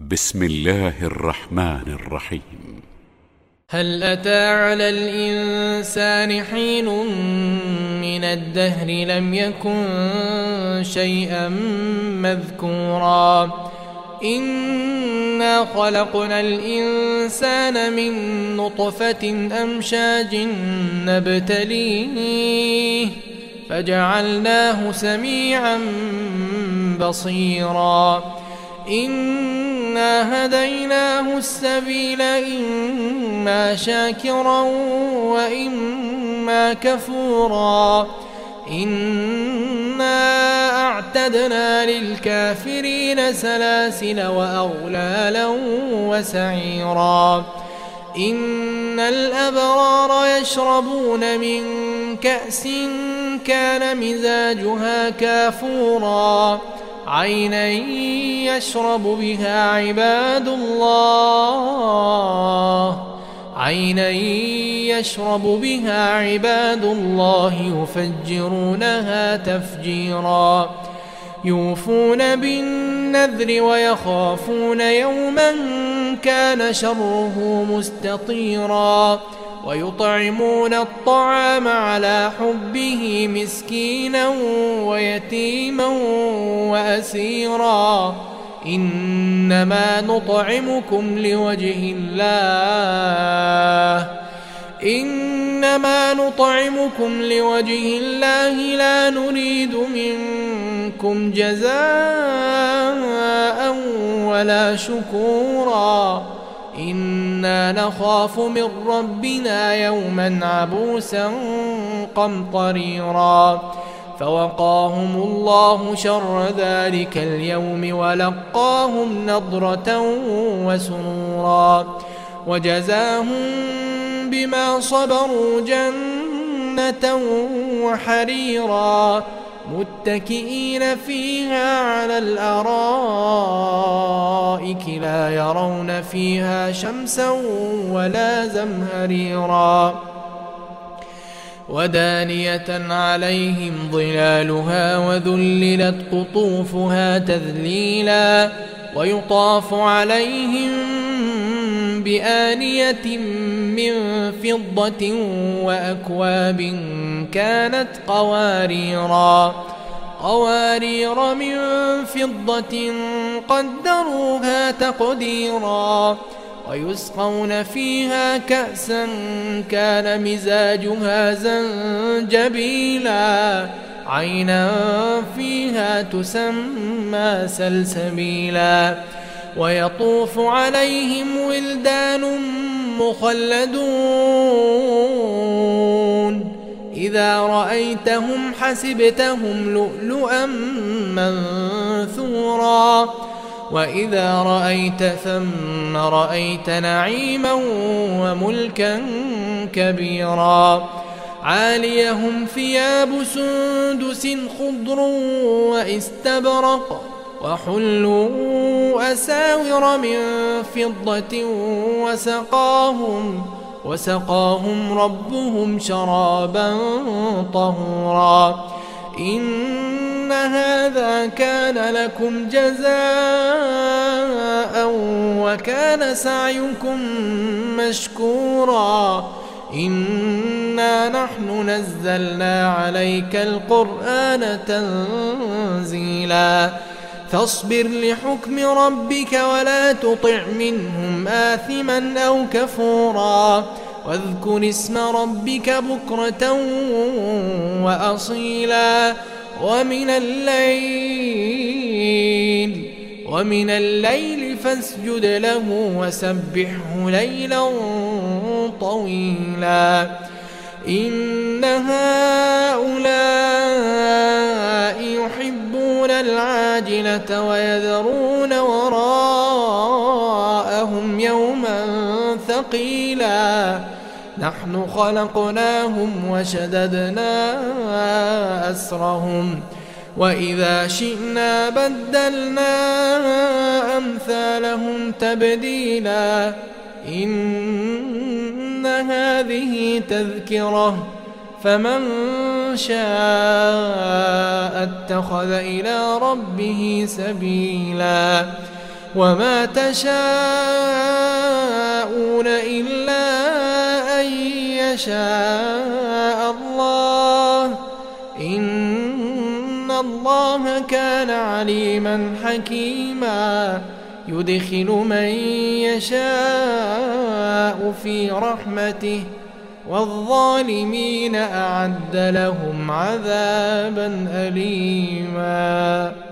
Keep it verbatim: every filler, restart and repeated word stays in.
بسم الله الرحمن الرحيم. هل أتى على الإنسان حين من الدهر لم يكن شيئا مذكورا إنا خلقنا الإنسان من نطفة أمشاج نبتليه فجعلناه سميعا بصيرا إنا هديناه السبيل إما شاكرا وإما كفورا إنا أعتدنا للكافرين سلاسل وأغلالا وسعيرا إن الأبرار يشربون من كأس كان مزاجها كافورا عينا يشرب بها عباد الله عينا يشرب بها عباد الله يفجرونها تفجيرا يوفون بالنذر ويخافون يوما كان شره مستطيرا ويطعمون الطعام على حبه مسكينا ويتيما وأسيرا إنما نطعمكم لوجه الله إنما نطعمكم لوجه الله لا نريد منكم جزاء ولا شكورا إنا نخاف من ربنا يوما عبوسا قمطريرا فوقاهم الله شر ذلك اليوم ولقاهم نضرة وسرورا وجزاهم بما صبروا جنة وحريرا متكئين فيها على الأرائك لا يرون فيها شمسا ولا زمهريرا ودانية عليهم ظلالها وذللت قطوفها تذليلا ويطاف عليهم بآنية من فضة وأكواب كانت قواريرا قوارير من فضة قدروها تقديرا ويسقون فيها كأسا كان مزاجها زنجبيلا عينا فيها تسمى سلسبيلا ويطوف عليهم ولدان مخلدون إذا رأيتهم حسبتهم لؤلؤا منثورا وإذا رأيت ثم رأيت نعيما وملكا كبيرا عاليهم ثياب سندس خضر واستبرق وحلوا أساور من فضة وسقاهم وسقاهم ربهم شرابا طهورا إن هذا كان لكم جزاء وكان سعيكم مشكورا إنا نحن نزلنا عليك القرآن تنزيلا فاصبر لحكم ربك ولا تطع منهم آثما أو كفورا واذكر اسم ربك بكرة وأصيلا ومن الليل ومن الليل فاسجد له وسبحه ليلا طويلا إن هؤلاء يحبون العاجلة ويذرون وراءهم يوما ثقيلا نحن خلقناهم وشددنا أسرهم وإذا شئنا بدلنا أمثالهم تبديلا إن هذه تذكرة فمن شاء اتخذ إلى ربه سبيلا وما تشاءون إلا أن يشاء الله إن الله كان عليما حكيما يدخل من يشاء في رحمته والظالمين أعد لهم عذابا أليما.